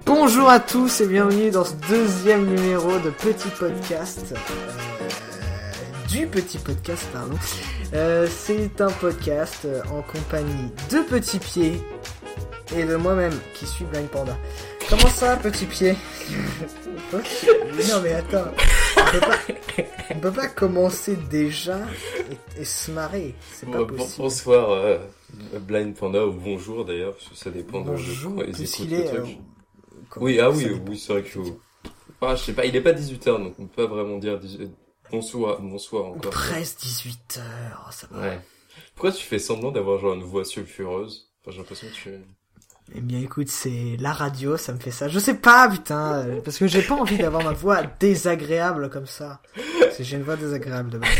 Bonjour à tous et bienvenue dans ce deuxième numéro de Petit Podcast. Du Petit Podcast, pardon. C'est un podcast en compagnie de Petit Pied et de moi-même qui suis Blind Panda. Comment ça, Petit Pied? Non mais attends, on peut pas commencer déjà et se marrer, c'est pas possible. Bonsoir Blind Panda, ou bonjour d'ailleurs, parce que ça dépend bonjour, de ils écoutent le truc. Oui, c'est vrai que... je sais pas, il est pas 18h, donc on peut pas vraiment dire bonsoir encore. Presque 18h, ça va. Ouais. Pourquoi tu fais semblant d'avoir genre une voix sulfureuse? Enfin, j'ai l'impression que tu... Eh bien écoute, c'est la radio, ça me fait ça. Je sais pas, putain, parce que j'ai pas envie d'avoir ma voix désagréable comme ça. Parce que j'ai une voix désagréable de base.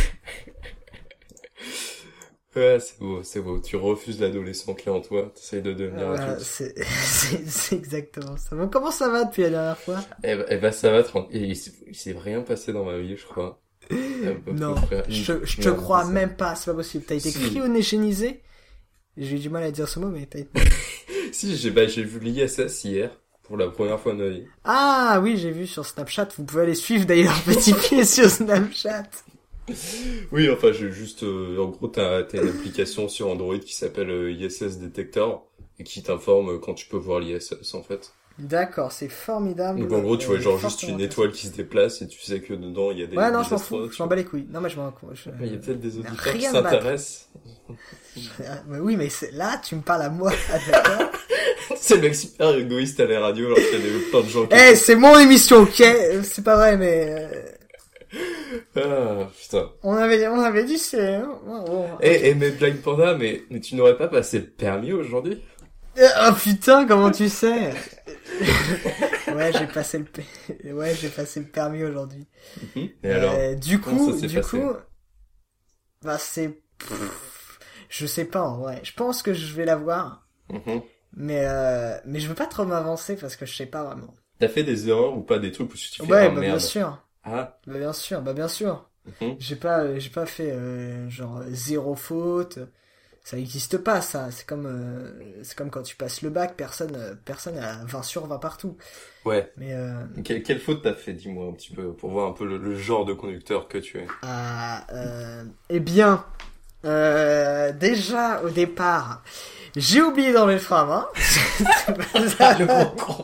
Ouais, c'est beau. Tu refuses l'adolescent qui est en toi, t'essayes de devenir adulte. C'est exactement ça. Bon, comment ça va depuis la dernière fois? Eh ben, ça va tranquille. Il s'est rien passé dans ma vie, je crois. Non, je te crois même pas, c'est pas possible. T'as été cryogénisé? J'ai eu du mal à dire ce mot, mais t'as été... Si, j'ai vu l'ISS hier, pour la première fois de ma vie. Ah oui, j'ai vu sur Snapchat, vous pouvez aller suivre d'ailleurs Petit Pied sur Snapchat. Oui, enfin, j'ai juste, en gros, t'as une application sur Android qui s'appelle ISS Detector, et qui t'informe quand tu peux voir l'ISS, en fait. D'accord, c'est formidable. Donc en gros, tu vois genre juste une étoile qui se déplace, et tu sais que dedans, il y a des... Ouais, non, je m'en fous, je m'en bats les couilles. Non, mais je m'en... Il y a peut-être des auditeurs qui s'intéressent. Oui, mais là, tu me parles à moi, d'accord? C'est le mec super égoïste à la radio, alors qu'il y a plein de gens qui... Eh, c'est mon émission, ok? C'est pas vrai, mais... Ah, putain. On avait dit c'est... Mais Blind Panda, mais tu n'aurais pas passé le permis aujourd'hui? Oh putain, comment tu sais? Ouais, j'ai passé le permis aujourd'hui. Et alors? Du coup, bah c'est... Je sais pas, en vrai. Je pense que je vais l'avoir. Mais je veux pas trop m'avancer parce que je sais pas vraiment. T'as fait des erreurs ou pas, des trucs où tu fais ouais, merde? Bien sûr. Ah. Bah bien sûr. J'ai pas fait genre zéro faute. Ça existe pas, ça. C'est comme quand tu passes le bac, personne a 20 sur 20 partout. Ouais. Mais quelle faute t'as fait, dis-moi un petit peu, pour voir un peu le genre de conducteur que tu es. Eh bien, déjà au départ, j'ai oublié d'enlever le frein à main. Le gros con.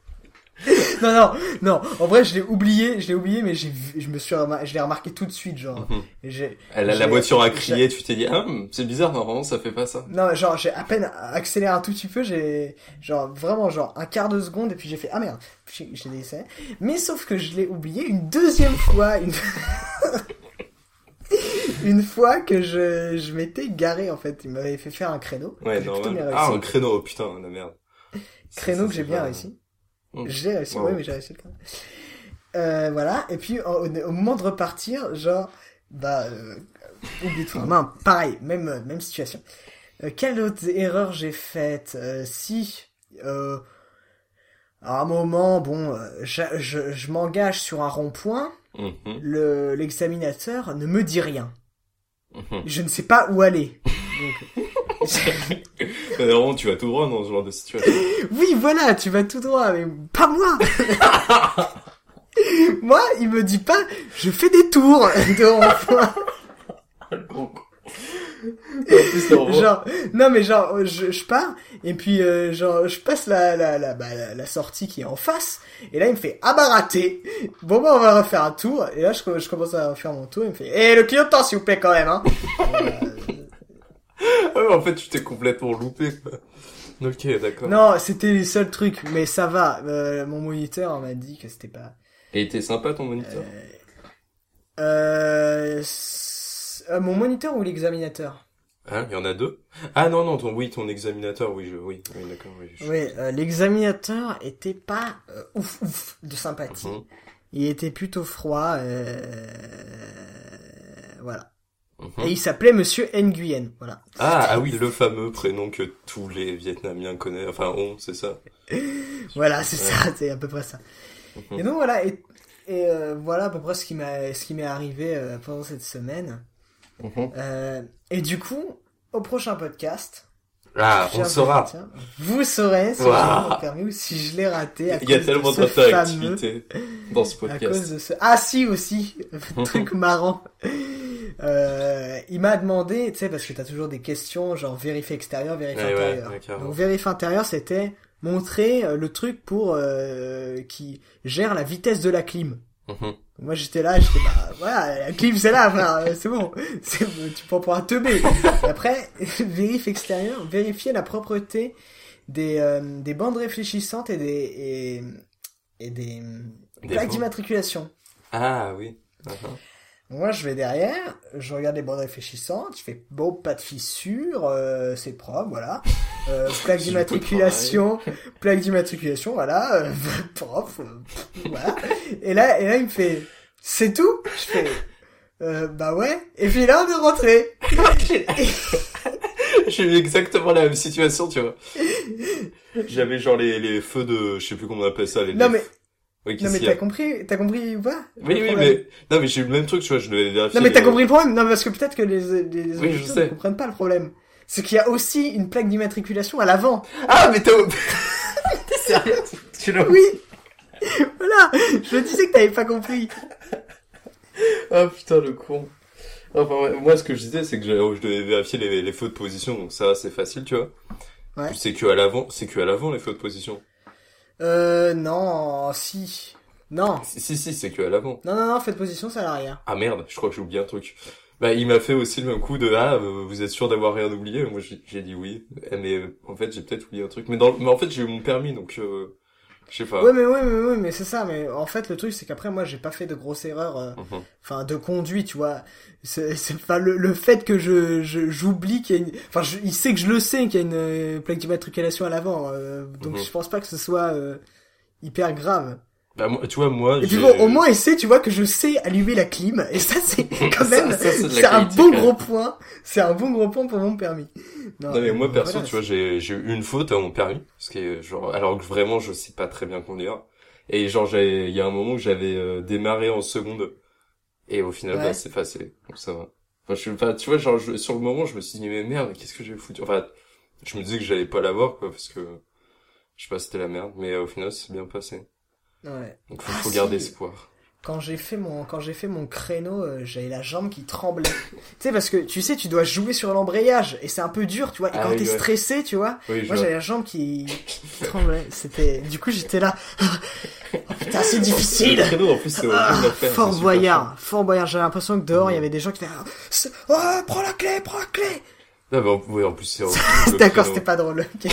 Non. En vrai, je l'ai oublié, mais je l'ai remarqué tout de suite, genre. La voiture a crié, tu t'es dit, c'est bizarre, normalement, ça fait pas ça. Non, genre, j'ai à peine accéléré un tout petit peu, vraiment, un quart de seconde, et puis j'ai fait, ah merde, j'ai laissé. Mais sauf que je l'ai oublié une deuxième fois, une fois que je m'étais garé, en fait. Il m'avait fait faire un créneau. Ouais, normal. Ah, un créneau, putain, la merde. Créneau que j'ai bien réussi. J'ai réussi, oui, mais j'ai réussi quand même. Voilà, et puis au moment de repartir, genre, oublie tout. Pareil, même situation. Quelle autre erreur j'ai faite? À un moment, bon, je m'engage sur un rond-point, l'examinateur ne me dit rien. Je ne sais pas où aller. Donc... Normalement, tu vas tout droit dans ce genre de situation. Oui, voilà, tu vas tout droit, mais pas moi. Moi, il me dit pas, je fais des tours de rond-point. Je pars, et puis, je passe la sortie qui est en face, et là, il me fait, ah bah raté. Bon, bah, on va refaire un tour, et là, je commence à faire mon tour, il me fait, le clignotant, s'il vous plaît, quand même, hein. En fait, tu t'es complètement loupé, quoi. Ok, d'accord. Non, c'était les seuls trucs, mais ça va. Mon moniteur m'a dit que c'était pas... Et il était sympa, ton moniteur? Mon moniteur ou l'examinateur? Ah, il y en a deux? Ah non, ton examinateur, oui, d'accord, oui. Oui, l'examinateur était pas ouf de sympathie. Il était plutôt froid, voilà. Et il s'appelait Monsieur Nguyen, voilà. Ah oui, le fameux prénom que tous les Vietnamiens connaissent, enfin c'est ça. Voilà, c'est ça, c'est à peu près ça. Et donc voilà, et voilà à peu près ce qui m'est arrivé pendant cette semaine. Et du coup, au prochain podcast, Ah, on Chers saura. auditeurs, vous saurez si j'ai mon permis ou si je l'ai raté à Il y a cause tellement de ce d'interactivité dans ce à cause podcast. de ce... Ah si, aussi, truc marrant. Il m'a demandé, tu sais, parce que t'as toujours des questions, genre vérif extérieur, vérif intérieur. carrément. Donc vérif intérieur, c'était montrer le truc pour qui gère la vitesse de la clim. Mhm. Moi j'étais bah voilà, la clim c'est là frère, c'est bon, tu peux pouvoir teubé. Et après, vérif extérieur, vérifier la propreté des bandes réfléchissantes et des plaques bandes. d'immatriculation. Ah oui. Uh-huh. Moi, je vais derrière, je regarde les bandes réfléchissantes, je fais bon, pas de fissures, c'est propre, voilà. Plaque d'immatriculation, voilà, propre, voilà. Et là, il me fait, c'est tout? Je fais, bah ouais. Et puis là, on est rentré. J'ai eu exactement la même situation, tu vois. J'avais genre les feux de, je sais plus comment on appelle ça, les. Non mais. Oui, Non mais t'as compris ou pas? Oui, mais non mais j'ai eu le même truc, tu vois, je devais vérifier. Non mais t'as compris le problème? Non parce que peut-être que les oui, auditeurs ne comprennent pas le problème. C'est qu'il y a aussi une plaque d'immatriculation à l'avant. Ah mais t'es sérieux? Tu l'as? Oui. Voilà. Je disais que t'avais pas compris. Ah putain le con. Enfin ouais, moi ce que je disais c'est que je devais vérifier les feux de position, donc ça c'est facile, tu vois. Ouais. Puis c'est que à l'avant les feux de position. Non, si. Non. Si, c'est que à l'avant. Non, faites position, c'est à l'arrière. Ah merde, je crois que j'ai oublié un truc. Bah, il m'a fait aussi le même coup de vous êtes sûr d'avoir rien oublié? Moi, j'ai dit oui. Mais en fait, j'ai peut-être oublié un truc. Mais en fait, j'ai eu mon permis, donc je sais pas. Ouais, mais c'est ça. Mais en fait, le truc, c'est qu'après, moi, j'ai pas fait de grosses erreurs, enfin, de conduite, tu vois. C'est pas le fait que j'oublie qu'il y a une, enfin, il sait que je le sais qu'il y a une plaque d'immatriculation à l'avant, donc je pense pas que ce soit hyper grave. Bah, tu vois, et puis bon, au moins il sait, tu vois, que je sais allumer la clim, et ça c'est quand même, c'est un bon gros point, pour mon permis. Non mais moi perso, voilà, tu vois, j'ai eu une faute à mon permis, parce que genre, alors que vraiment je sais pas très bien conduire, et genre il y a un moment où j'avais démarré en seconde, et au final bah c'est facile, donc ça va. Enfin, tu vois, genre sur le moment je me suis dit mais merde, qu'est-ce que j'ai foutu, enfin je me disais que j'allais pas l'avoir quoi, parce que je sais pas, c'était la merde, mais au final c'est bien passé. Ouais. Donc faut garder espoir. Quand j'ai fait mon créneau, j'avais la jambe qui tremblait. Tu sais, parce que tu sais, tu dois jouer sur l'embrayage et c'est un peu dur, tu vois. Et quand t'es stressé, tu vois, moi j'avais la jambe qui tremblait. Du coup j'étais là. Oh putain, c'est difficile. Le créneau en plus c'est horrible à faire. Fort Boyard. J'avais l'impression que dehors il y avait des gens qui étaient prends la clé. Non mais oui, en plus c'est horrible. D'accord, c'était pas drôle. Okay.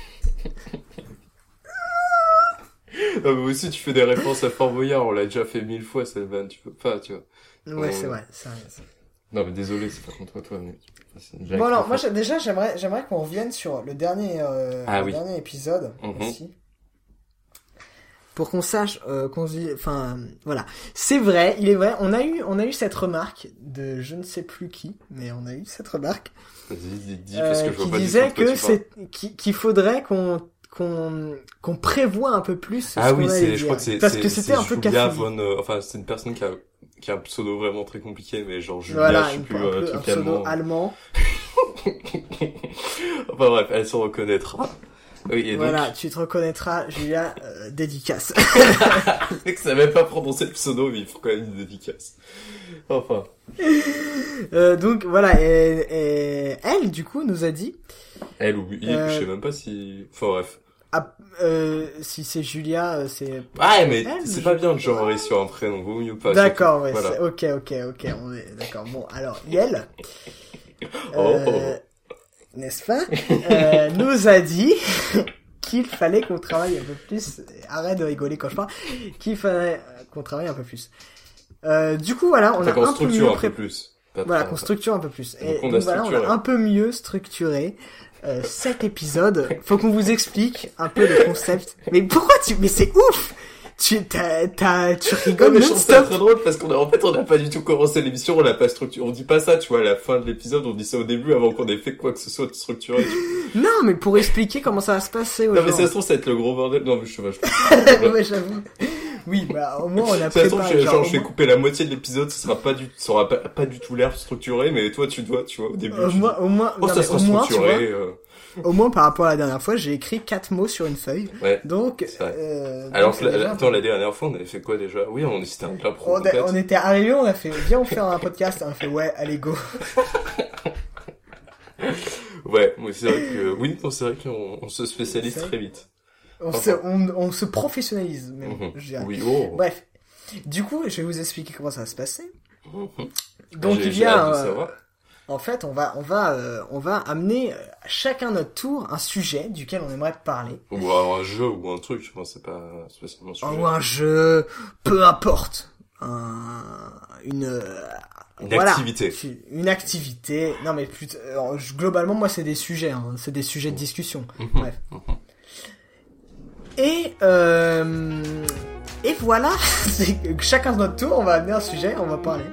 Ah, mais aussi tu fais des références à Fort Boyard, on l'a déjà fait 1000 fois cette vanne, tu peux pas, tu vois. Ouais, c'est vrai. Non mais désolé, c'est pas contre toi, mais... Bon alors, moi déjà j'aimerais qu'on revienne sur le dernier dernier épisode aussi. Pour qu'on sache qu'on se dit, enfin voilà, c'est vrai, il est vrai, on a eu cette remarque de je ne sais plus qui, mais on a eu cette remarque dis parce que je vois qui pas disait que qu'il faudrait qu'on prévoit un peu plus ce qu'on allait dire. Je crois que parce que c'était un peu café. Enfin, c'est une personne qui a un pseudo vraiment très compliqué, mais genre Julia, voilà, je sais plus, un pseudo allemand. Enfin bref, elle se reconnaîtra. Oui, et voilà, donc... tu te reconnaîtras, Julia, dédicace. Le mec savait pas prononcer le pseudo, mais il faut quand même une dédicace. Enfin. Donc voilà, et elle, du coup, nous a dit... Elle ou il, je sais même pas si... Enfin bref. Si c'est Julia, c'est... Ouais, mais c'est pas bien de genrer sur un prénom, vaut mieux pas. D'accord, ouais, voilà. ok, on est d'accord. Bon, alors, Yel, n'est-ce pas, nous a dit qu'il fallait qu'on travaille un peu plus, arrête de rigoler quand je parle, qu'il fallait qu'on travaille un peu plus. Du coup, voilà, on a un peu mieux préparé. Voilà, qu'on structure un peu plus. Et donc voilà, on a un peu mieux structuré cet épisode. Faut qu'on vous explique un peu le concept. Mais pourquoi mais c'est ouf! Tu rigoles mais je trouve ça non-stop. très drôle parce on n'a pas du tout commencé l'émission, on l'a pas structuré. On dit pas ça, tu vois, à la fin de l'épisode, on dit ça au début avant qu'on ait fait quoi que ce soit de structuré. Non, mais pour expliquer comment ça va se passer Non, mais ça se trouve, ça va être le gros bordel. Non, mais je sais pas. Ouais, j'avoue. Oui, bah, au moins, on a préparé. Ça se trouve, je vais couper la moitié de l'épisode, ça aura pas du tout l'air structuré, mais toi, tu vois, au début. Au moins, ça sera structuré, Au moins, par rapport à la dernière fois, j'ai écrit 4 mots sur une feuille. Ouais. Donc, alors que la dernière fois, on avait fait quoi déjà? Oui, c'était un impro. On était arrivés, on a fait, viens, on fait un podcast. On a fait, ouais, allez, go. Ouais, mais c'est vrai qu'on se spécialise très vite. On se professionnalise, même, je dirais. Oui, Bref. Du coup, je vais vous expliquer comment ça va se passer. Donc, il y a, en fait, on va amener chacun notre tour un sujet duquel on aimerait parler. Ou un jeu ou un truc, c'est pas spécialement un sujet. Ou un jeu, peu importe. Une activité. Une activité. Non, mais globalement, moi, c'est des sujets, c'est des sujets de discussion. Bref. Et voilà, chacun de notre tour, on va amener un sujet, on va parler.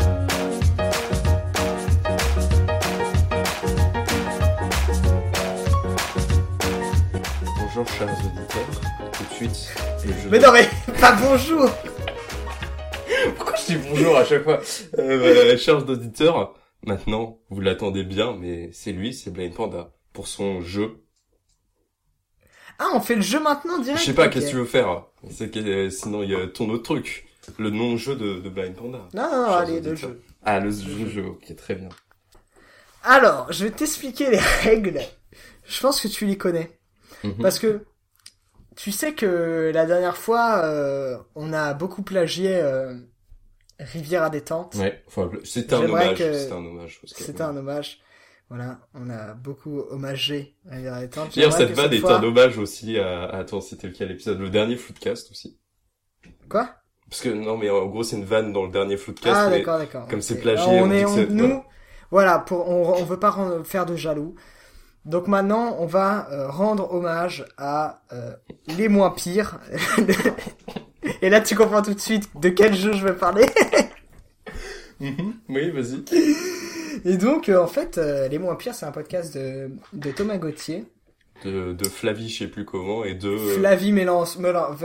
Bonjour chers auditeurs, tout de suite. Mais non mais, pas bonjour. Pourquoi je dis bonjour à chaque fois chers auditeurs, maintenant, vous l'attendez bien, mais c'est Blind Panda, pour son jeu. Ah, on fait le jeu maintenant direct. Je sais pas, qu'est-ce que tu veux faire? Sinon il y a ton autre truc. Le non-jeu de Blind Panda. Non, allez, le jeu. Ah, le jeu, ok, très bien. Alors, je vais t'expliquer les règles. Je pense que tu les connais. Parce que, tu sais que la dernière fois, on a beaucoup plagié Rivière à détente. Ouais, enfin, c'était un hommage. C'était un hommage. Voilà, on a beaucoup hommagé Rivière à détente. D'ailleurs, cette vanne est un hommage aussi attends, c'était lequel épisode? Le dernier Floodcast aussi. Quoi? Parce que, non, mais en gros, c'est une vanne dans le dernier Floodcast. Ah, d'accord. Comme c'est plagié, voilà, on veut pas faire de jaloux. Donc maintenant, on va rendre hommage à les moins pires. Et là, tu comprends tout de suite de quel jeu je vais parler. Oui, vas-y. Et donc, en fait, les moins pires, c'est un podcast de Thomas Gauthier. De Flavie, je sais plus comment, et de... Flavie Mélençon.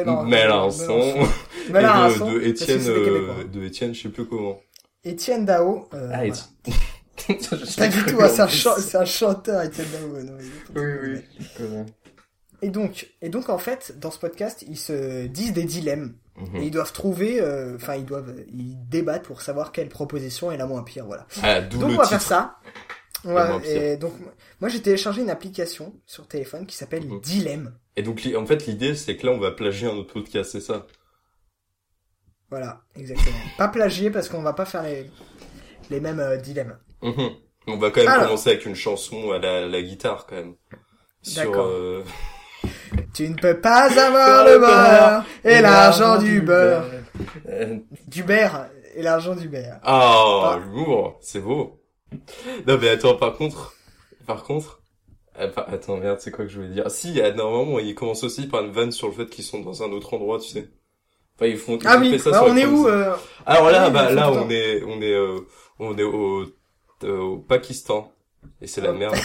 De Étienne, je sais plus comment. Étienne Dao. Voilà. Pas du tout, c'est un chanteur, Étienne Dao. Non, oui. Et donc, en fait, dans ce podcast, ils se disent des dilemmes. Et ils doivent trouver, ils débattent pour savoir quelle proposition est la moins pire, voilà. Donc, on va faire ça. Et donc, moi, j'ai téléchargé une application sur téléphone qui s'appelle Dilemme. Et donc, en fait, l'idée, c'est que là, on va plagier un autre podcast, c'est ça? Voilà, exactement. Pas plagier parce qu'on va pas faire les mêmes dilemmes. On va quand même commencer avec une chanson à la guitare, quand même. D'accord. Tu ne peux pas avoir le beurre et l'argent du beurre. Du beurre et l'argent du beurre. Ah, l'humour, c'est beau. Non mais attends, par contre, attends, merde, c'est quoi que je voulais dire? Si, normalement, ils commencent aussi par une vanne sur le fait qu'ils sont dans un autre endroit, tu sais. Enfin, ils font ça sur on est où Alors là, on est au Pakistan. Et c'est la merde.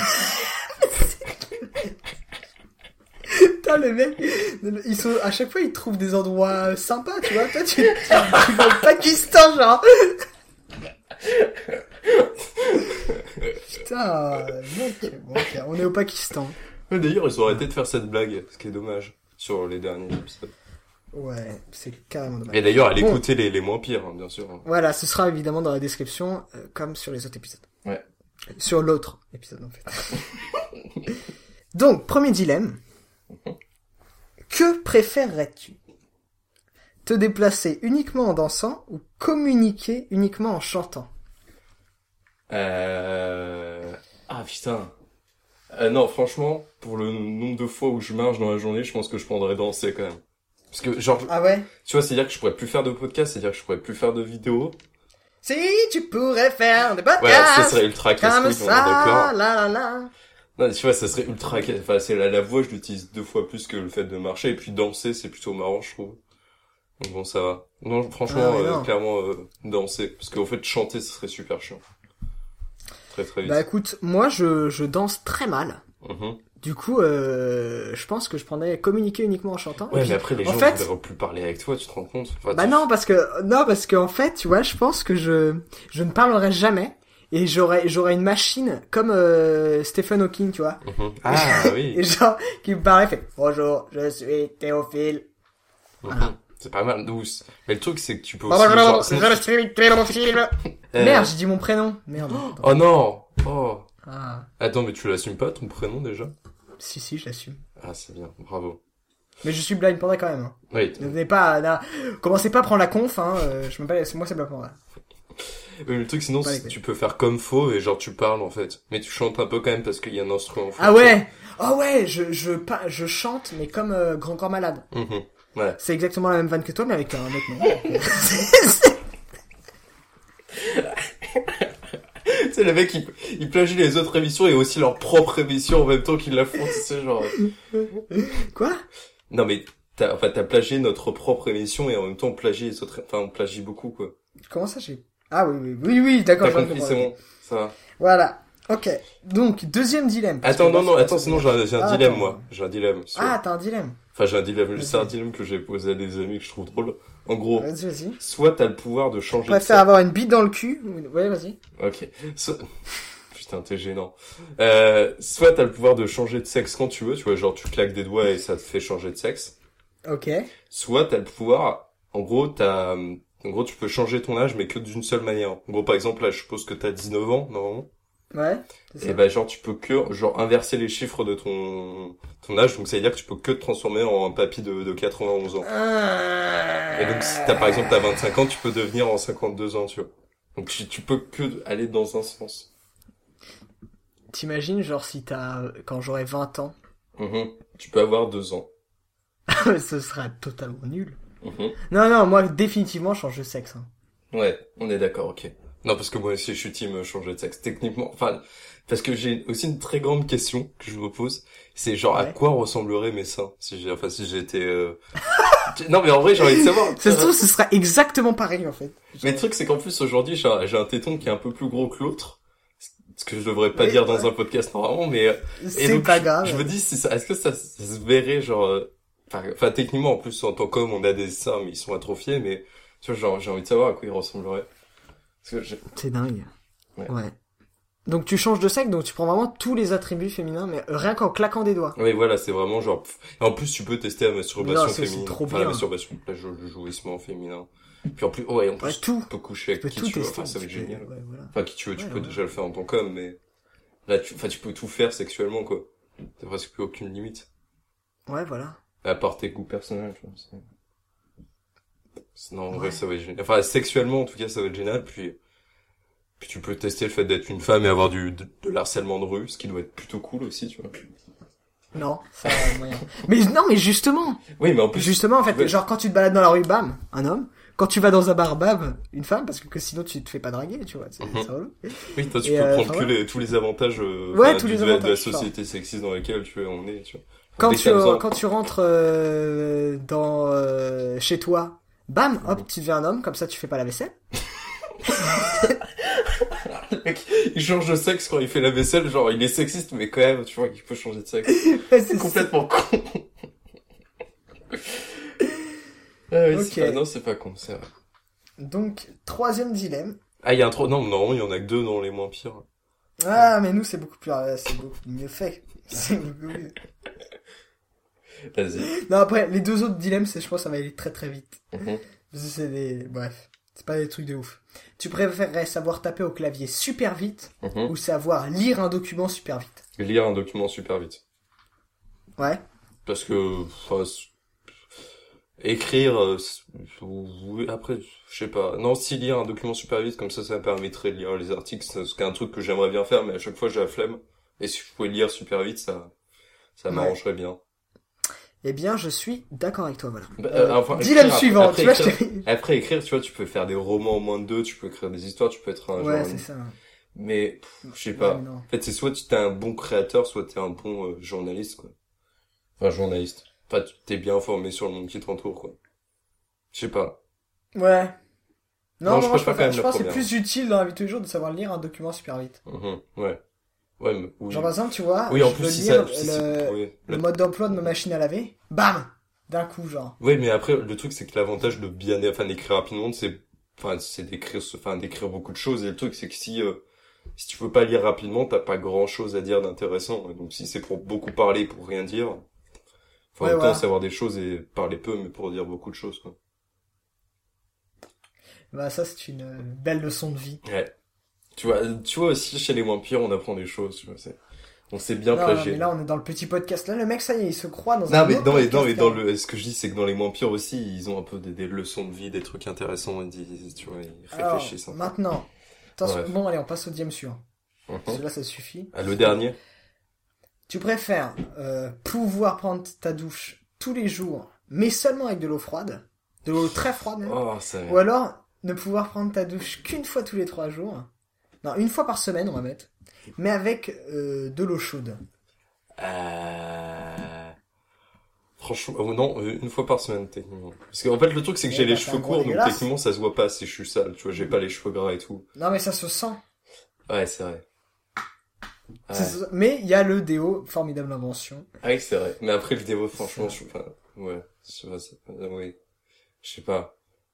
Putain, les mecs, à chaque fois, ils trouvent des endroits sympas, tu vois. Toi, tu vas au Pakistan, genre. Putain, mec. Bon, okay, on est au Pakistan. D'ailleurs, ils ont arrêté de faire cette blague, ce qui est dommage, sur les derniers épisodes. Ouais, c'est carrément dommage. Et d'ailleurs, allez écouter les moins pires, hein, bien sûr. Voilà, ce sera évidemment dans la description, comme sur les autres épisodes. Ouais. Sur l'autre épisode, en fait. Donc, premier dilemme. Que préférerais-tu? Te déplacer uniquement en dansant ou communiquer uniquement en chantant? Ah, putain. Non, franchement, pour le nombre de fois où je marche dans la journée, je pense que je prendrais danser, quand même. Parce que, genre... Ah ouais? Tu vois, c'est-à-dire que je pourrais plus faire de podcast, c'est-à-dire que je pourrais plus faire de vidéos. Si tu pourrais faire des podcasts! Ouais, ça serait ultra casse-couille, on est d'accord. La. Non, tu vois, ça serait ultra... Enfin, c'est la voix, je l'utilise 2 fois plus que le fait de marcher. Et puis danser, c'est plutôt marrant, je trouve. Donc bon, ça va. Non, franchement, clairement, danser. Parce qu'en fait, chanter, ce serait super chiant. Très très vite. Bah écoute, moi, je danse très mal. Du coup, je pense que je prendrais communiquer uniquement en chantant. Ouais, mais après, les gens ne voudraient plus parler avec toi, tu te rends compte? Enfin, non, parce que en fait, tu vois, je pense que je ne parlerai jamais. et j'aurais une machine comme Stephen Hawking, tu vois. Ah oui. Et genre qui me parlait, fait bonjour, je suis Théophile. Voilà. C'est pas mal douce. Mais le truc c'est que tu peux aussi genre, Merde, j'ai dit mon prénom. Merde. Oh non. Oh. Ah. Attends, mais tu l'assumes pas ton prénom déjà? Si, je l'assume. Ah, c'est bien. Bravo. Mais je suis Blind Panda quand même. Hein. Oui. Ne venez pas, commencez pas à prendre la conf, hein. Je m'appelle, moi c'est Blind Panda. Mais le truc sinon tu peux faire comme faux et genre tu parles en fait. Mais tu chantes un peu quand même parce qu'il y a un instrument. Ah ouais. Ah ouais, je chante mais comme Grand Corps Malade. Ouais. C'est exactement la même vanne que toi mais avec un autre nom. Tu sais, les mecs, ils plagient les autres émissions et aussi leur propre émission en même temps qu'ils la font, tu sais, genre... Quoi? Non, mais t'as plagié notre propre émission et en même temps on plagie les autres... Enfin, on plagie beaucoup, quoi. Comment ça, Ah oui, d'accord. T'as compris, c'est bon, ça va. Voilà. Ok. Donc, deuxième dilemme. Attends, sinon j'ai un dilemme, moi. J'ai un dilemme. Ah, t'as un dilemme. Enfin, j'ai un dilemme. C'est un dilemme que j'ai posé à des amis que je trouve drôle. En gros, vas-y. Soit t'as le pouvoir de changer de sexe. Tu préfères avoir une bite dans le cul? Ouais, vas-y. Ok. Putain, t'es gênant. Soit t'as le pouvoir de changer de sexe quand tu veux, tu vois, genre tu claques des doigts et ça te fait changer de sexe. Ok. Soit t'as le pouvoir, en gros, tu peux changer ton âge, mais que d'une seule manière. En gros, par exemple, là, je suppose que t'as 19 ans, normalement. Ouais. Et bah, genre, tu peux que, genre, inverser les chiffres de ton âge, donc ça veut dire que tu peux que te transformer en un papy de 91 ans. Et donc, si par exemple, t'as 25 ans, tu peux devenir en 52 ans, tu vois. Donc, tu peux que aller dans un sens. T'imagines, genre, quand j'aurai 20 ans. Tu peux avoir 2 ans. Ce sera totalement nul. Non, moi, définitivement, je change de sexe. Hein. Ouais, on est d'accord, ok. Non, parce que moi aussi, je suis team changer de sexe. Techniquement, enfin, parce que j'ai aussi une très grande question que je me pose. C'est genre, à quoi ressembleraient mes seins si j'étais... Non, mais en vrai, j'ai envie de savoir. Ça se trouve, ce sera exactement pareil, en fait. Mais le truc, c'est qu'en plus, aujourd'hui, j'ai un téton qui est un peu plus gros que l'autre. Ce que je devrais pas dire dans un podcast normalement, mais... C'est pas grave. Je me dis, est-ce que ça se verrait, genre... Enfin, techniquement, en plus, en tant qu'homme, on a des seins, mais ils sont atrophiés, mais... Tu vois, genre, j'ai envie de savoir à quoi ils ressembleraient. C'est dingue. Ouais. Donc tu changes de sexe, donc tu prends vraiment tous les attributs féminins, mais rien qu'en claquant des doigts. Oui, voilà, c'est vraiment genre... En plus, tu peux tester la masturbation féminine. C'est trop bien. La masturbation, le jouissement féminin. Puis en plus, tu peux coucher avec qui tu veux. Enfin, ça va être génial. Ouais, voilà. Enfin, qui tu veux, tu peux déjà le faire en tant qu'homme, mais... Là, tu peux tout faire sexuellement, quoi. T'as presque plus aucune limite. Ouais, voilà. À part tes goûts personnels, je pense. Non, en vrai, ça va être génial. Enfin, sexuellement, en tout cas, ça va être génial. Puis tu peux tester le fait d'être une femme et avoir de l'harcèlement de rue, ce qui doit être plutôt cool aussi, tu vois. Non, ça a moyen. Mais justement. Oui, mais en plus. Justement, en fait, genre quand tu te balades dans la rue, bam, un homme. Quand tu vas dans un bar, bam, une femme, parce que sinon tu te fais pas draguer, tu vois. C'est relou. Oui, toi, tu peux prendre que tous les avantages, tous les avantages de la société sexiste dans laquelle on est, tu vois. Quand tu rentres chez toi, bam, hop, tu deviens un homme, comme ça tu fais pas la vaisselle. Le mec, il change de sexe quand il fait la vaisselle, genre il est sexiste, mais quand même, tu vois, il peut changer de sexe. C'est complètement con. C'est pas con, c'est vrai. Donc, troisième dilemme. Ah, il y a non, il y en a que 2 dans les moins pires. Ah, mais nous, c'est beaucoup mieux fait. C'est beaucoup mieux. Vas-y. Non, après, les 2 autres dilemmes, je pense, ça va aller très très vite. Bref. C'est pas des trucs de ouf. Tu préférerais savoir taper au clavier super vite ou savoir lire un document super vite? Lire un document super vite. Ouais. Parce que, écrire, après, je sais pas. Non, si lire un document super vite, comme ça me permettrait de lire les articles. C'est un truc que j'aimerais bien faire, mais à chaque fois j'ai la flemme. Et si je pouvais lire super vite, ça m'arrangerait bien. Eh bien, je suis d'accord avec toi, voilà. Dilemme suivant. Après écrire, tu vois, tu peux faire des romans en moins de 2, tu peux écrire des histoires, tu peux être un genre... c'est ça. Mais, je sais pas. En fait, c'est soit t'es un bon créateur, soit t'es un bon journaliste, quoi. Enfin, journaliste. Enfin, t'es bien informé sur le monde qui t'entoure, quoi. Je sais pas. Ouais. Non, je pense que c'est plus utile dans la vie de tous les jours de savoir lire un document super vite. Ouais. Ouais, mais, oui. Genre par exemple, tu vois, oui, en plus, si le mode d'emploi de ma machine à laver, bam, d'un coup, genre. Oui, mais après, le truc, c'est que l'avantage de d'écrire rapidement, c'est d'écrire beaucoup de choses, et le truc, c'est que si si tu peux pas lire rapidement, t'as pas grand chose à dire d'intéressant. Donc si c'est pour beaucoup parler, pour rien dire, faut en même temps savoir des choses et parler peu, mais pour dire beaucoup de choses, quoi. Bah ça c'est une belle leçon de vie. Ouais. Tu vois aussi chez les vampires on apprend des choses, tu vois, on s'est bien plagié. Mais là on est dans le petit podcast. Là le mec ça y est, il se croit dans un autre podcast. Non mais dans le ce que je dis c'est que dans les vampires aussi, ils ont un peu des leçons de vie, des trucs intéressants, tu vois, ils réfléchissent. Alors, maintenant. Attention, bon allez, on passe au deuxième suivant. Celui-là ça suffit. Ah, le dernier. Tu préfères pouvoir prendre ta douche tous les jours, mais seulement avec de l'eau froide, de l'eau très froide même, ou alors ne pouvoir prendre ta douche qu'une fois tous les 3 jours. Non, une fois par semaine, on va mettre. Mais avec de l'eau chaude. Franchement, non, une fois par semaine, techniquement. Parce qu'en fait, le truc, c'est que j'ai les cheveux courts, donc techniquement, ça se voit pas si je suis sale. Tu vois, j'ai pas les cheveux gras et tout. Non, mais ça se sent. Ouais, c'est vrai. Ouais. Mais il y a le déo, formidable invention. Ah oui, c'est vrai. Mais après, le déo, franchement, je sais pas. Ouais, oui. Je sais pas.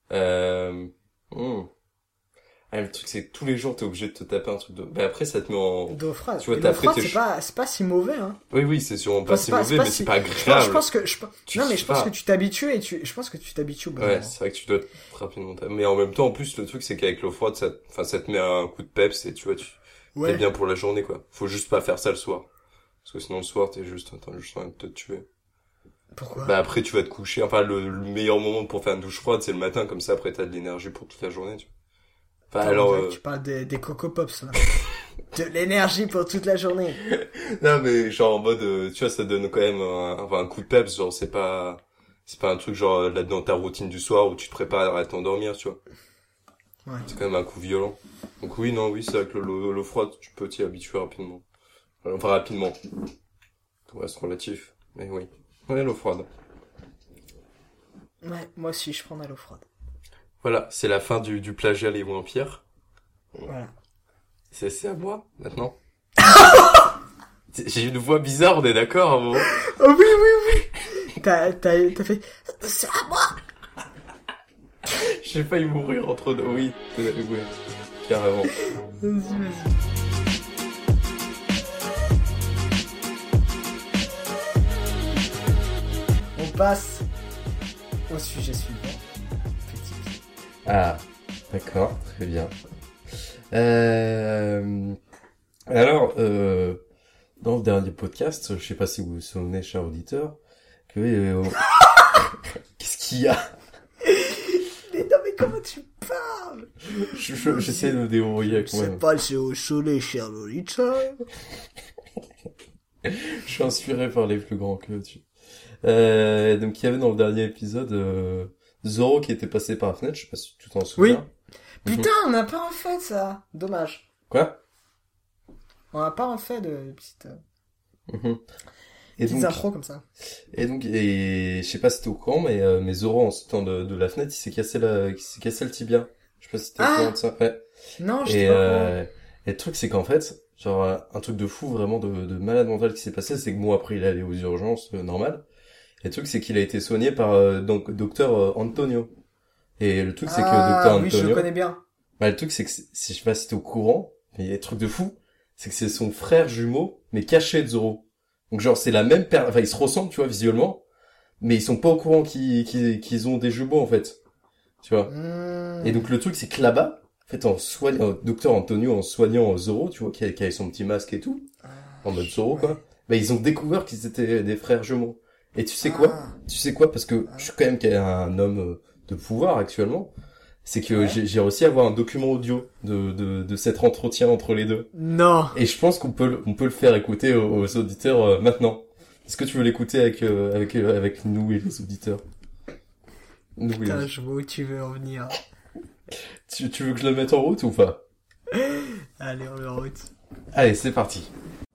Le truc c'est que tous les jours t'es obligé de te taper un truc d'eau. Bah après ça te met en... D'eau froide. Tu vois, l'eau froide c'est pas si mauvais, hein. Oui, c'est sûrement pas si mauvais, mais c'est pas grave. Je pense que tu t'habitues je pense que tu t'habitues au bout. Ouais, c'est vrai que tu dois rapidement mais en même temps, en plus, le truc c'est qu'avec l'eau froide, ça te met un coup de peps et tu vois, t'es bien pour la journée, quoi. Faut juste pas faire ça le soir. Parce que sinon le soir, t'as juste envie de te tuer. Pourquoi? Bah après tu vas te coucher. Enfin, le meilleur moment pour faire une douche froide, c'est le matin, comme ça après t'as de l'énergie pour toute la journée, tu vois. Enfin, alors, tu parles des Coco Pops, là. De l'énergie pour toute la journée. Non, mais genre en mode, tu vois, ça donne quand même un coup de peps, genre c'est pas un truc genre là dans ta routine du soir où tu te prépares à t'endormir, tu vois. Ouais. C'est quand même un coup violent. Donc oui, c'est avec l'eau froide, tu peux t'y habituer rapidement. Enfin, rapidement. Tout reste relatif. Mais oui. Ouais, l'eau froide. Ouais, moi aussi, je prendrais l'eau froide. Voilà, c'est la fin du plagiat les vampires. Voilà. C'est à moi, maintenant. J'ai une voix bizarre, on est d'accord, à un moment. Oh oui. T'as fait, c'est à moi. J'ai failli mourir entre deux. Oui, carrément. Vas-y. On passe au sujet suivant. Ah, d'accord, très bien. Alors, dans le dernier podcast, je sais pas si vous vous souvenez, cher auditeur, que qu'est-ce qu'il y a? Mais non, mais comment tu parles? J'essaie de me débrouiller avec moi. C'est passé au soleil, cher auditeur. Je suis inspiré par les plus grands que tu. Donc il y avait dans le dernier épisode Zoro qui était passé par la fenêtre, je sais pas si tu t'en souviens. Oui. Putain, on n'a pas refait ça. Dommage. Quoi? On n'a pas refait de petites petites intros comme ça. Et donc, je sais pas si t'es au courant, mais Zoro en sautant de la fenêtre, il s'est cassé le tibia. Je sais pas si t'es au courant de ça. Ouais. Non, je sais pas. Et le truc c'est qu'en fait, genre un truc de fou vraiment de malade mental qui s'est passé, c'est que bon après il est allé aux urgences normal. Et le truc c'est qu'il a été soigné par donc docteur Antonio. Et le truc c'est que docteur Antonio. Oui, je le connais bien. Bah le truc c'est que je sais pas si t'es au courant, mais il y a un truc de fou, c'est que c'est son frère jumeau mais caché de Zoro. Donc genre c'est la même enfin ils se ressemblent, tu vois, visuellement, mais ils sont pas au courant qu'ils ont des jumeaux en fait. Tu vois. Et donc le truc c'est que là-bas, en fait docteur Antonio en soignant Zoro, tu vois, qui avait son petit masque et tout, en mode Zoro quoi. Bah ils ont découvert qu'ils étaient des frères jumeaux. Et tu sais quoi? Parce que je suis quand même un homme de pouvoir actuellement. C'est que j'ai réussi à avoir un document audio de cet entretien entre les deux. Non. Et je pense qu'on peut le faire écouter aux auditeurs maintenant. Est-ce que tu veux l'écouter avec nous et les auditeurs? Putain, je vois où tu veux en venir. Tu veux que je le mette en route ou pas? Allez, on le en route. Allez, c'est parti.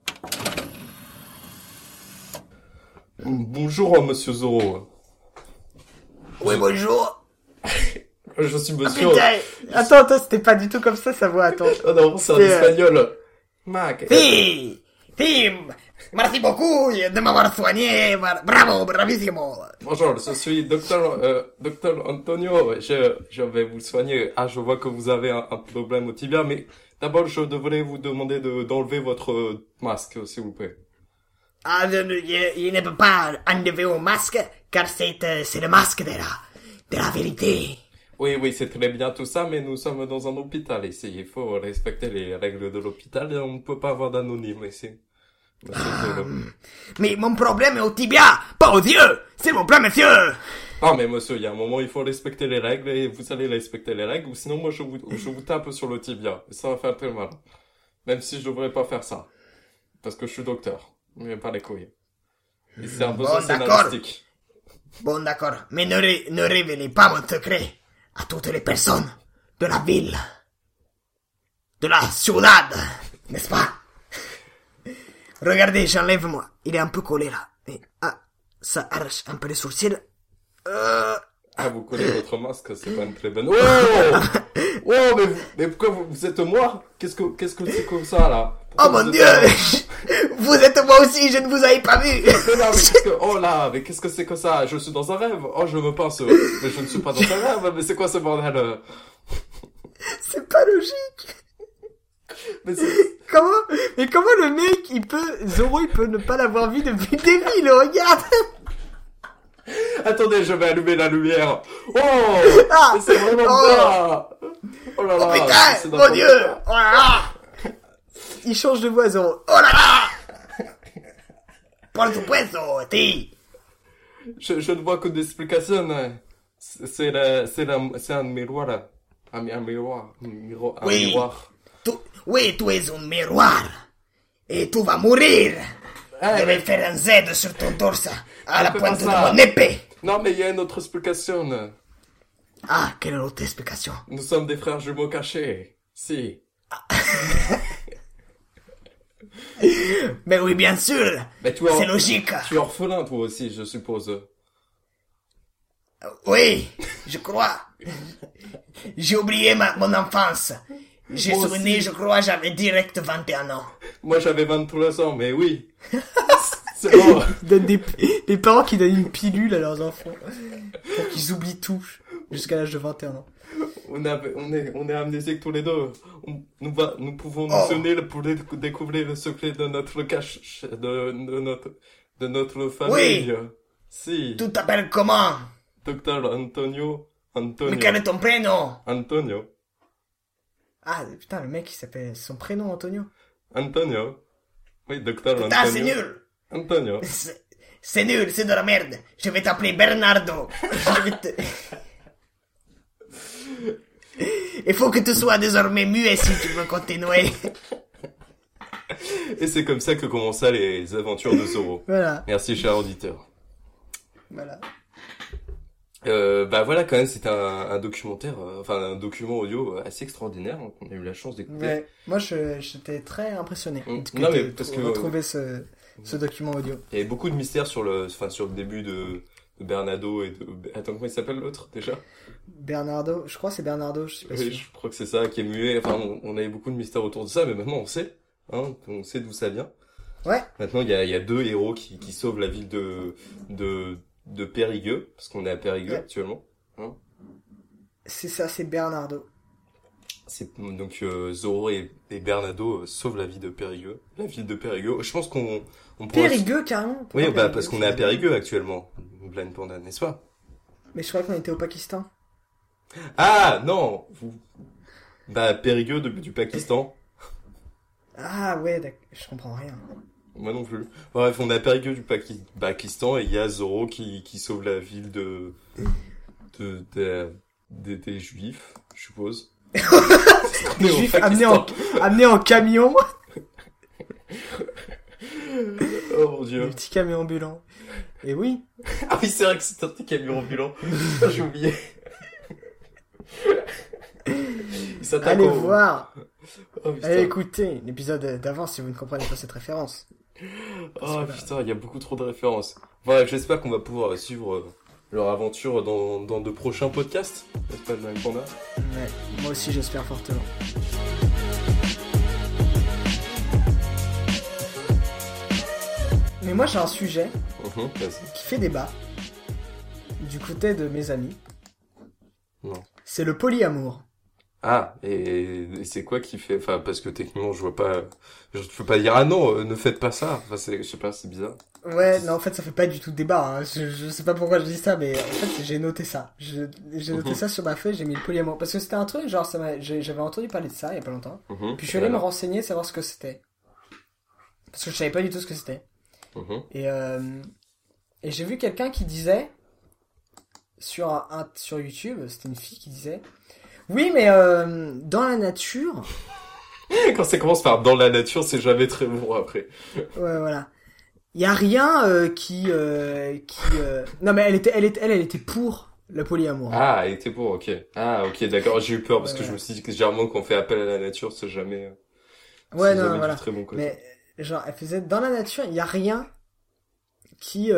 Bonjour, monsieur Zoro. Ouais, bonjour. Je suis monsieur... Attends, c'était pas du tout comme ça, sa voix, attends. Oh non, c'est en espagnol. Mac. Si. Si, merci beaucoup de m'avoir soigné. Bravo, bravissimo. Bonjour, je suis docteur Antonio. Je vais vous soigner. Ah, je vois que vous avez un problème au tibia, mais d'abord, je devrais vous demander d'enlever votre masque, s'il vous plaît. Ah, je ne peux pas enlever mon masque, car c'est le masque de la vérité. Oui, c'est très bien tout ça, mais nous sommes dans un hôpital ici. Il faut respecter les règles de l'hôpital et on ne peut pas avoir d'anonyme ici. Mais mon problème est au tibia, pas aux yeux. C'est mon problème, monsieur. Ah, mais monsieur, il y a un moment, il faut respecter les règles et vous allez respecter les règles ou sinon moi je vous tape sur le tibia. Et ça va faire très mal. Même si je devrais pas faire ça. Parce que je suis docteur. Mais pas les couilles. Et c'est un besoin scénaristique. Bon, d'accord. Mais ne révélez pas mon secret à toutes les personnes de la ville. De la ciudad. N'est-ce pas? Regardez, j'enlève moi. Il est un peu collé là. Et, ça arrache un peu les sourcils. Ah, vous collez votre masque, c'est pas une très bonne... Oh, mais pourquoi vous êtes moi? Qu'est-ce que c'est comme ça, là? Pourquoi mon Dieu! Vous êtes moi aussi, je ne vous avais pas vu! Mais qu'est-ce que c'est que ça? Je suis dans un rêve. Oh, je me pense, mais je ne suis pas dans un rêve. Mais c'est quoi ce bordel? C'est pas logique! Comment le mec, Zoro, il peut ne pas l'avoir vu depuis le début, il le regarde! Attendez, je vais allumer la lumière. Oh, mais c'est vraiment ça. Oh là là. Oh putain, mon Dieu. Oh là là. Il change de voix, Zoro. Oh là là. Por supuesto, ti. Je ne vois que des explications. C'est un miroir. Un miroir. Oui, tu es un miroir. Et tu vas mourir. Je vais faire un Z sur ton torse à la pointe de mon épée. Non, mais il y a une autre explication. Ah, quelle autre explication? Nous sommes des frères jumeaux cachés. Si. Mais oui, bien sûr. C'est logique. Tu es orphelin, toi aussi, je suppose. Oui, je crois. J'ai oublié mon enfance. J'ai souvenir, je crois, j'avais direct 21 ans. Moi, j'avais 23 ans, mais oui. C'est bon. Des parents qui donnent une pilule à leurs enfants pour qu'ils oublient tout jusqu'à l'âge de 21 ans. On est amnésiques tous les deux. Nous pouvons nous unir pour découvrir le secret de notre cache, de notre famille. Oui. Si. Tu t'appelles comment? Docteur Antonio. Mais quel est ton prénom? Antonio. Ah, putain, le mec, il s'appelle son prénom Antonio. Antonio. Oui, docteur Antonio. Putain, c'est nul. Antonio. C'est nul, c'est de la merde. Je vais t'appeler Bernardo. Il faut que tu sois désormais muet si tu veux continuer. Et c'est comme ça que commençaient les aventures de Zoro. Voilà. Merci, cher auditeur. Voilà. Voilà, quand même, c'est un documentaire, un document audio assez extraordinaire qu'on a eu la chance d'écouter. Ouais. Moi, j'étais très impressionné de retrouver ce document audio. Il y avait beaucoup de mystères sur le début de Bernardo et de... Attends, comment il s'appelle l'autre, déjà? Bernardo, je crois que c'est Bernardo, je suis pas sûr. Oui, je crois que c'est ça, qui est muet. Enfin, on avait beaucoup de mystères autour de ça, mais maintenant on sait, on sait d'où ça vient. Ouais. Maintenant, il y a deux héros qui sauvent la ville de Périgueux, parce qu'on est à Périgueux actuellement. C'est ça, c'est Bernardo. Donc Zoro et Bernardo sauvent la ville de Périgueux. La ville de Périgueux. Je pense qu'on Périgueux, carrément. Oui, parce qu'on est à Périgueux actuellement. Blind Panda, n'est-ce pas? Mais je croyais qu'on était au Pakistan. Ah, non! Périgueux du Pakistan. Ah ouais, d'accord. Je comprends rien. Moi non plus. Bref, on est à Périgueux du Pakistan et il y a Zoro qui sauve la ville des Juifs, je suppose. Des Juifs amenés en camion. Oh mon Dieu. Des petits camions ambulants. Et oui. Ah oui, c'est vrai que c'est un petit camion ambulant. J'ai oublié. Allez voir. Allez écouter l'épisode d'avant si vous ne comprenez pas cette référence. Oh putain, il y a beaucoup trop de références. Voilà, j'espère qu'on va pouvoir suivre leur aventure dans de prochains podcasts. N'est-ce pas, Blind Panda? Ouais, moi aussi j'espère fortement. Mais moi, j'ai un sujet Vas-y. qui fait débat du côté de mes amis. Non. C'est le polyamour. Ah, et c'est quoi qui fait... Enfin, parce que techniquement, je vois pas... Je peux pas dire, ah non, ne faites pas ça. Enfin, je sais pas, c'est bizarre. Ouais, non, en fait, ça fait pas du tout débat. Hein. Je sais pas pourquoi je dis ça, mais en fait, j'ai noté ça. J'ai noté ça sur ma feuille, j'ai mis le polyamour. Parce que c'était un truc, genre, j'avais entendu parler de ça il y a pas longtemps. Puis je suis allé me renseigner, savoir ce que c'était. Parce que je savais pas du tout ce que c'était. Et j'ai vu quelqu'un qui disait, sur YouTube, c'était une fille qui disait... Oui, mais dans la nature... Quand ça commence par dans la nature, c'est jamais très bon après. Ouais, voilà. Il y a rien qui non mais elle était pour le polyamour. Ah, elle était pour, ok. Ah, ok, d'accord. J'ai eu peur parce que je me suis dit que généralement quand on fait appel à la nature, c'est jamais... Ouais, c'est non, jamais voilà. du très bon côté. Mais genre, elle faisait dans la nature, il y a rien qui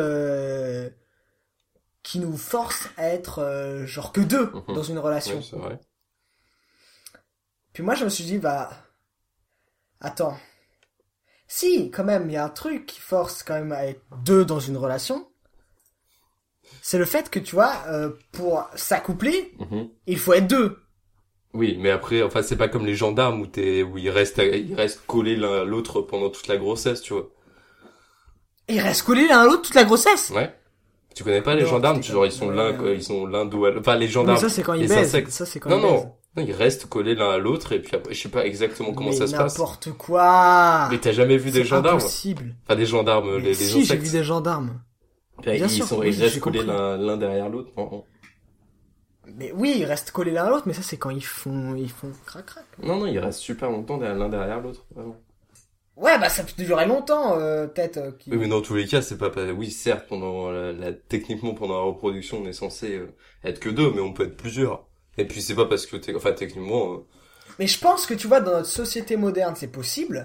nous force à être genre que deux dans une relation. Ouais, c'est vrai. Puis moi, je me suis dit, bah, attends. Si, quand même, il y a un truc qui force quand même à être deux dans une relation. C'est le fait que, tu vois, pour s'accoupler, il faut être deux. Oui, mais après, enfin, c'est pas comme les gendarmes où ils restent collés l'un à l'autre pendant toute la grossesse, tu vois. Ils restent collés l'un à l'autre toute la grossesse? Ouais. Tu connais pas les gendarmes, genre, ils sont l'un dos à l'autre. Enfin, les gendarmes. Mais ça, c'est quand ils baisent. Ça, c'est quand ils baisent. Non, ils restent collés l'un à l'autre, et puis après, je sais pas exactement comment ça se passe. N'importe quoi! Mais t'as jamais vu des gendarmes? C'est impossible. Enfin, des gendarmes, les si, insectes. j'ai vu des gendarmes. Bien sûr, ils restent collés l'un derrière l'autre. Mais oui, ils restent collés l'un à l'autre, mais ça, c'est quand ils font crac crac. Non, ils restent super longtemps l'un derrière l'autre, vraiment. Ouais, bah, ça peut durer longtemps, peut-être. Oui, mais dans tous les cas, c'est pas, oui, certes, techniquement, pendant la reproduction, on est censé être que deux, mais on peut être plusieurs. Et puis, c'est pas parce que techniquement, Mais je pense que, tu vois, dans notre société moderne, c'est possible.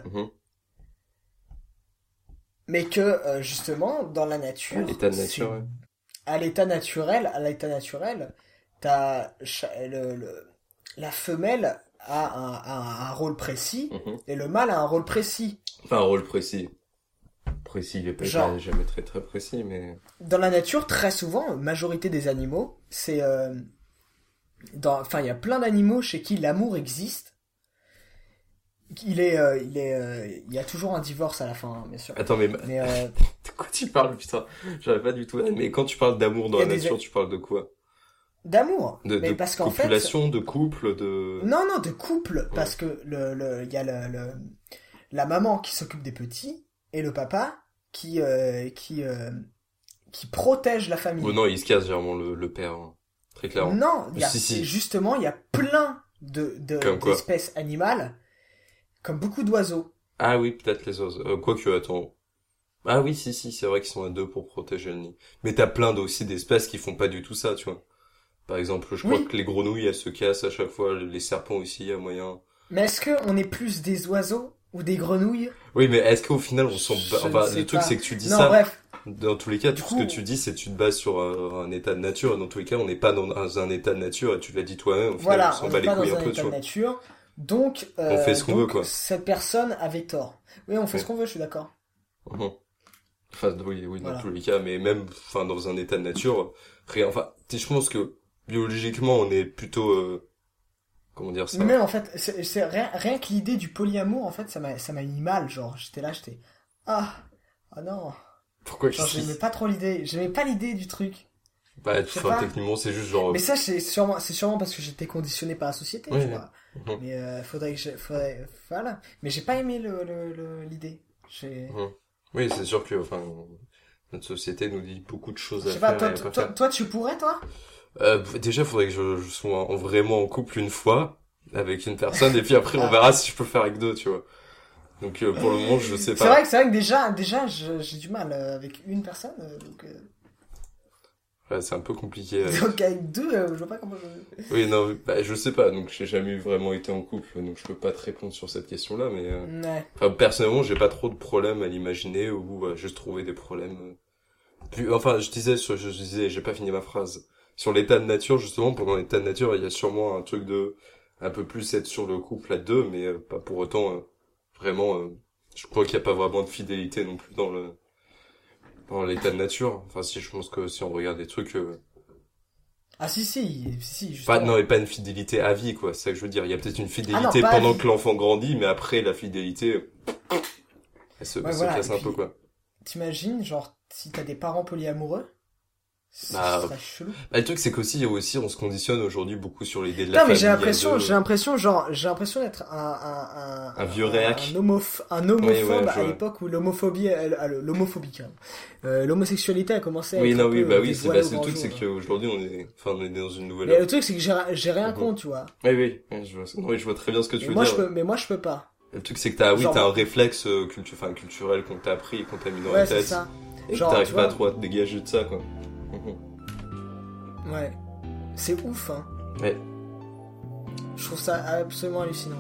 Mais que, justement, dans la nature... À l'état de nature, ouais. À l'état naturel, t'as, la femelle a un rôle précis, et le mâle a un rôle précis. Enfin, un rôle précis. Précis, il est pas jamais très très précis, mais... Dans la nature, très souvent, majorité des animaux, c'est... il y a plein d'animaux chez qui l'amour existe. Il y a toujours un divorce à la fin, bien sûr. Attends, mais de quoi tu parles, putain? J'avais pas du tout... Mais quand tu parles d'amour dans la nature, tu parles de quoi? D'amour. Mais parce qu'en fait... Copulation, de couple, de... Non, de couple. Parce que il y a la maman qui s'occupe des petits, et le papa qui protège la famille. Oh non, il se casse généralement le père, hein. Très clairement. Non, justement, il y a plein d'espèces animales, comme beaucoup d'oiseaux. Ah oui, peut-être les oiseaux. Quoique, attends. Ah oui, si, c'est vrai qu'ils sont à deux pour protéger le nid. Mais t'as plein aussi d'espèces qui font pas du tout ça, tu vois. Par exemple, je crois que les grenouilles, elles se cassent à chaque fois, les serpents aussi, il y a moyen. Mais est-ce qu'on est plus des oiseaux ou des grenouilles? Oui, mais est-ce qu'au final, on s'en... Enfin, le truc, c'est que tu dis ça... Non, bref. Dans tous les cas, tout ce que tu dis, c'est que tu te bases sur un état de nature. Et dans tous les cas, on n'est pas dans un état de nature, et tu l'as dit toi-même, au final, on s'en bat les couilles un peu, tu vois. Nature. Donc, on fait ce qu'on veut, quoi. Cette personne avait tort. Oui, on fait ce qu'on veut, je suis d'accord. Enfin, oui, dans tous les cas, mais même, dans un état de nature, je pense que, biologiquement, on est plutôt, comment dire ça? Mais même, en fait, c'est rien que l'idée du polyamour, en fait, ça m'a mis mal, genre, j'étais ah non. Pourquoi? J'aimais pas trop l'idée, j'aimais pas l'idée du truc. Bah, techniquement, c'est juste genre... Mais ça, c'est sûrement parce que j'étais conditionné par la société, tu vois. Mais, voilà. Mais j'ai pas aimé l'idée. Oui, c'est sûr que, notre société nous dit beaucoup de choses à faire. Toi, tu pourrais, toi? Déjà, faudrait que je sois vraiment en couple une fois, avec une personne, et puis après, on verra si je peux le faire avec deux, tu vois. Donc, pour le moment, je sais pas. C'est vrai que déjà, j'ai du mal avec une personne, donc... Ouais, c'est un peu compliqué. Donc avec deux, je vois pas comment Oui, non, je sais pas, donc j'ai jamais vraiment été en couple, donc je peux pas te répondre sur cette question-là, mais... Ouais. Personnellement, j'ai pas trop de problèmes à l'imaginer, ou juste trouver des problèmes... je disais, j'ai pas fini ma phrase. Sur l'état de nature, justement, pendant l'état de nature, il y a sûrement un truc de... un peu plus être sur le couple à deux, mais pas pour autant, vraiment... je crois qu'il y a pas vraiment de fidélité non plus dans l'état de nature. Enfin, si, je pense que si on regarde des trucs... Ah si, justement. Pas une fidélité à vie, quoi. C'est ça que je veux dire. Il y a peut-être une fidélité pendant que l'enfant grandit, mais après, la fidélité, elle se casse un peu, quoi. T'imagines, genre, si t'as des parents polyamoureux, Bah, c'est très chelou. Bah, le truc, c'est qu'aussi, on se conditionne aujourd'hui beaucoup sur l'idée de la famille. Mais j'ai l'impression d'être un vieux réac. Un homophobe à l'époque où l'homophobie, l'homosexualité a commencé à être un peu c'est le truc, c'est qu'aujourd'hui, on est dans une nouvelle ère. Mais le truc, c'est que j'ai rien contre, tu vois. Oui, je vois très bien ce que tu veux dire. Mais moi, je peux pas. Le truc, c'est que t'as un réflexe, culturel qu'on t'a appris, qu'on t'a mis dans la tête. Ouais, c'est ça. Et que t'arrives pas à trop te dégager de ça, quoi. Ouais, c'est ouf, hein. Ouais. Je trouve ça absolument hallucinant.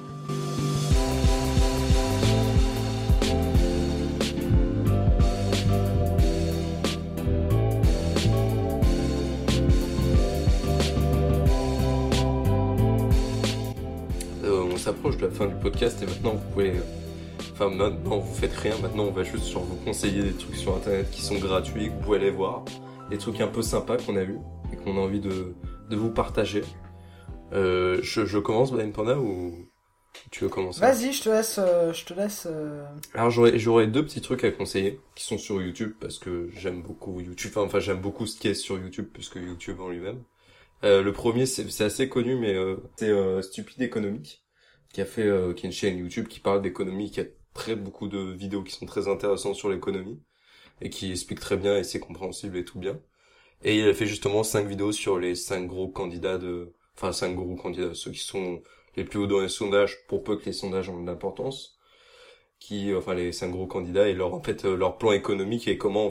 On s'approche de la fin du podcast et maintenant vous pouvez... Enfin, maintenant vous faites rien, maintenant on va juste vous conseiller des trucs sur internet qui sont gratuits, que vous pouvez aller voir. Des trucs un peu sympas qu'on a vus et qu'on a envie de vous partager. Je commence, Blind Panda, ou tu veux commencer? Vas-y, je te laisse. Alors j'aurais 2 petits trucs à conseiller qui sont sur YouTube parce que j'aime beaucoup YouTube. Enfin j'aime beaucoup ce qui est sur YouTube plus que YouTube en lui-même. Le premier c'est assez connu mais c'est Stupide Économique qui est une chaîne YouTube qui parle d'économie, qui a beaucoup de vidéos qui sont très intéressantes sur l'économie et qui explique très bien et c'est compréhensible et tout bien. Et il a fait justement 5 vidéos sur les 5 gros candidats ceux qui sont les plus hauts dans les sondages, pour peu que les sondages ont de l'importance, les 5 gros candidats et leur plan économique et comment,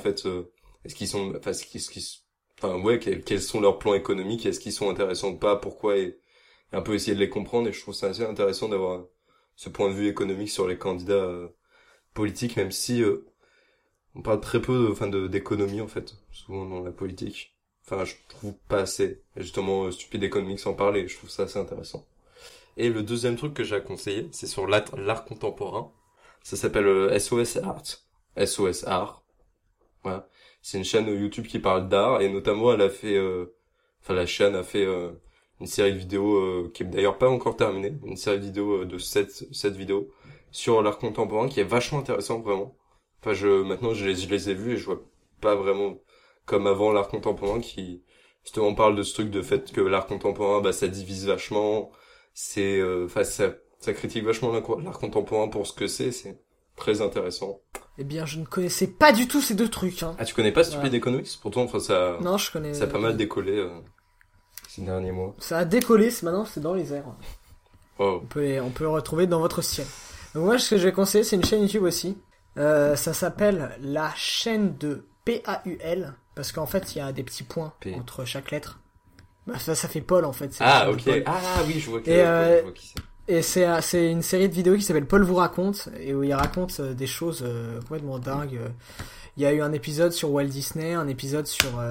quels sont leurs plans économiques, est-ce qu'ils sont intéressants ou pas, pourquoi, et un peu essayer de les comprendre, et je trouve ça assez intéressant d'avoir ce point de vue économique sur les candidats, politiques, même si, on parle très peu d'économie, en fait, souvent dans la politique. Enfin, je trouve pas assez. Et justement, Stupide Économique s'en parle et je trouve ça assez intéressant. Et le deuxième truc que j'ai à conseiller, c'est sur l'art contemporain. Ça s'appelle SOS Art. SOS Art. Voilà. C'est une chaîne YouTube qui parle d'art et notamment elle a fait, la chaîne a fait une série de vidéos qui est d'ailleurs pas encore terminée. Une série de vidéos de 7 vidéos sur l'art contemporain qui est vachement intéressant, vraiment. Enfin, maintenant je les ai vus et je vois pas vraiment comme avant l'art contemporain qui justement parle de ce truc de fait que l'art contemporain ça divise vachement, c'est ça critique vachement l'art contemporain pour ce que c'est très intéressant. Eh bien, je ne connaissais pas du tout ces 2 trucs, hein. Ah, tu connais pas Stupid Economics? Pourtant ça Non, je connais. Ça a pas mal décollé ces derniers mois. Ça a décollé, maintenant c'est dans les airs. Wow. On peut le retrouver dans votre ciel. Donc moi ce que je vais conseiller, c'est une chaîne YouTube aussi. Ça s'appelle la chaîne de PAUL. Parce qu'en fait, il y a des petits points entre chaque lettre. Ça fait Paul, en fait. Ah, ok. Ah, oui, je vois qui c'est. Et c'est une série de vidéos qui s'appelle Paul vous raconte, et où il raconte des choses complètement dingues. Il y a eu un épisode sur Walt Disney, un épisode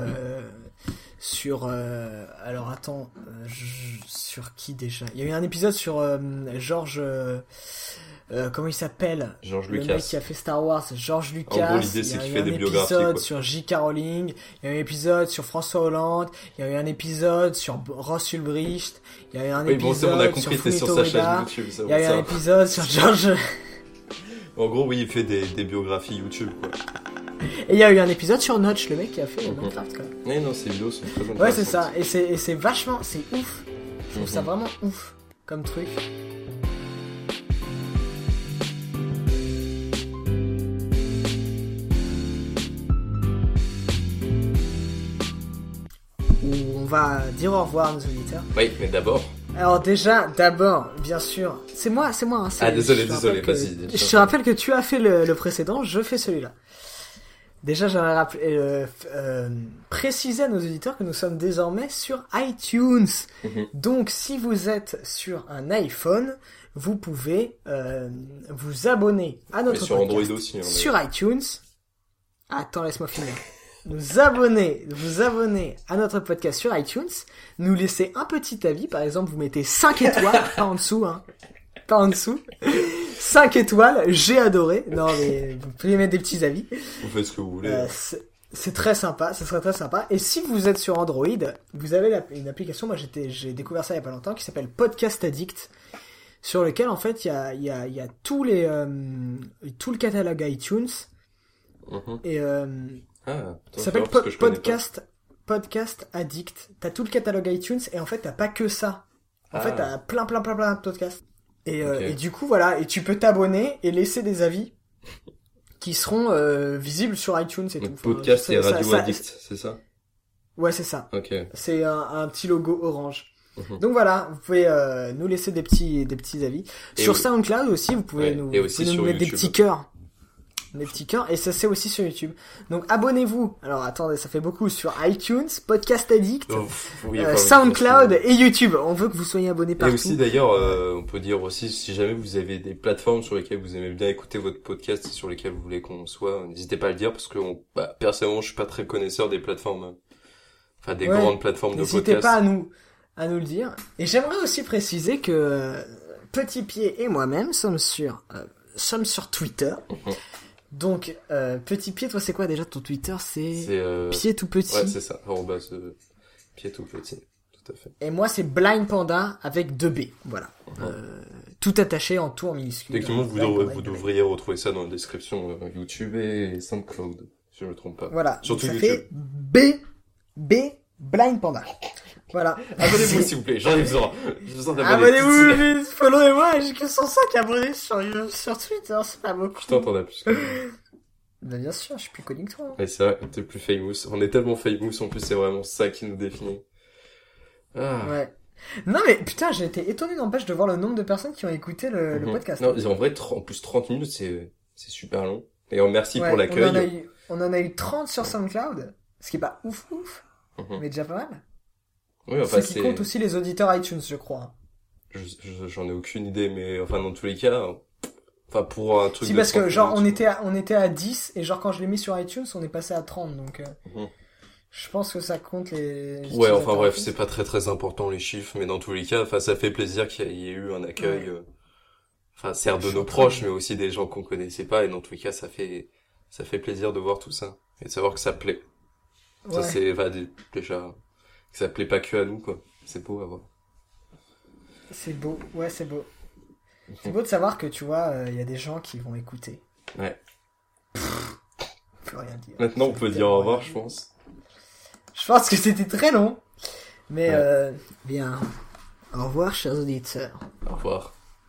sur alors attends, sur qui déjà? Il y a eu un épisode sur George... comment il s'appelle? George le Lucas. Mec qui a fait Star Wars, George Lucas. En gros, l'idée, c'est qu'il fait des biographies. Il y a eu un épisode sur J.K. Rowling, il y a eu un épisode sur François Hollande, il y a eu un épisode sur Ross Ulbricht, il y a eu un épisode sur Fumito Ueda, il y a eu un épisode sur George... En gros, oui, il fait des biographies YouTube, quoi. Et il y a eu un épisode sur Notch, le mec qui a fait Minecraft, quoi. Mais non, ces vidéos sont très intéressantes. Ouais, c'est ça, et c'est vachement, c'est ouf. Je trouve ça vraiment ouf, comme truc. On va dire au revoir à nos auditeurs. Oui, mais d'abord. Alors d'abord, bien sûr, c'est moi. Hein, désolé, vas-y. Je te rappelle que tu as fait le précédent, je fais celui-là. Déjà, j'aimerais préciser à nos auditeurs que nous sommes désormais sur iTunes. Donc, si vous êtes sur un iPhone, vous pouvez vous abonner à notre podcast. Sur Android aussi. Sur iTunes. Attends, laisse-moi finir. Vous abonner à notre podcast sur iTunes, nous laisser un petit avis, par exemple, vous mettez 5 étoiles, pas en dessous, 5 étoiles, j'ai adoré. Non, mais vous pouvez mettre des petits avis. Vous faites ce que vous voulez. C'est très sympa, ce serait très sympa. Et si vous êtes sur Android, vous avez une application, moi j'ai découvert ça il y a pas longtemps, qui s'appelle Podcast Addict, sur lequel en fait il y a tout le catalogue iTunes. Et ça s'appelle Podcast Addict. T'as tout le catalogue iTunes et en fait t'as pas que ça. En fait t'as plein de podcasts. Et du coup voilà, et tu peux t'abonner et laisser des avis qui seront visibles sur iTunes et tout. Podcast et Radio Addict, c'est ça? Ouais, c'est ça. Ok. C'est un petit logo orange. Donc voilà, vous pouvez nous laisser des petits avis. Et sur SoundCloud aussi, vous pouvez nous mettre des petits cœurs. Des petits cœurs, et ça c'est aussi sur YouTube. Donc abonnez-vous. Alors attendez, ça fait beaucoup sur iTunes, Podcast Addict, SoundCloud et YouTube. On veut que vous soyez abonnés partout. Et aussi d'ailleurs, on peut dire aussi, si jamais vous avez des plateformes sur lesquelles vous aimez bien écouter votre podcast et sur lesquelles vous voulez qu'on soit, n'hésitez pas à le dire, parce que personnellement je suis pas très connaisseur des plateformes, des grandes plateformes de podcast. N'hésitez pas à nous le dire. Et j'aimerais aussi préciser que Petit Pied et moi-même sommes sur Twitter. Donc, Petit Pied, toi, c'est quoi déjà ton Twitter? C'est Pied tout petit. Ouais, c'est ça. Pied tout petit. Tout à fait. Et moi, c'est Blind Panda avec 2 B. Voilà. Tout attaché en tout en minuscule. Effectivement, vous devriez retrouver ça dans la description YouTube et SoundCloud, si je me trompe pas. Voilà. Surtout ça YouTube. Fait B Blind Panda. Voilà. Abonnez-vous, s'il vous plaît. J'en ai besoin. J'ai besoin d'abonnés. Abonnez-vous, followez-moi. J'ai que 105 abonnés sur Twitter. C'est pas beaucoup. Putain, t'en as plus que moi. Bah, bien sûr, je suis plus connu que toi. Ouais, c'est vrai, t'es plus famous. On est tellement famous, en plus, c'est vraiment ça qui nous définit. Ouais. Non, mais putain, j'ai été étonné, n'empêche, de voir le nombre de personnes qui ont écouté le podcast. Non, en vrai, en plus, 30 minutes, c'est super long. Et merci pour l'accueil. On en a eu 30 sur SoundCloud. Ce qui est pas ouf, mais déjà pas mal. Oui, enfin, ce qui compte aussi les auditeurs iTunes, je crois. J'en ai aucune idée, mais enfin, dans tous les cas, pour un truc si, parce que genre, on était à 10, et genre, quand je l'ai mis sur iTunes, on est passé à 30, donc, je pense que ça compte les ouais, enfin bref, c'est pas très très important les chiffres, mais dans tous les cas, ça fait plaisir qu'il y ait eu un accueil, certes de nos proches, mais aussi des gens qu'on connaissait pas, et dans tous les cas, ça fait plaisir de voir tout ça, et de savoir que ça plaît. Ouais. Ça, c'est, déjà, que ça plaît pas que à nous, quoi. C'est beau à voir. C'est beau, ouais, c'est beau. C'est beau de savoir que, tu vois, y a des gens qui vont écouter. Ouais. Faut rien dire. Maintenant, on peut dire au revoir, je pense. Je pense que c'était très long. Mais, bien. Au revoir, chers auditeurs. Au revoir.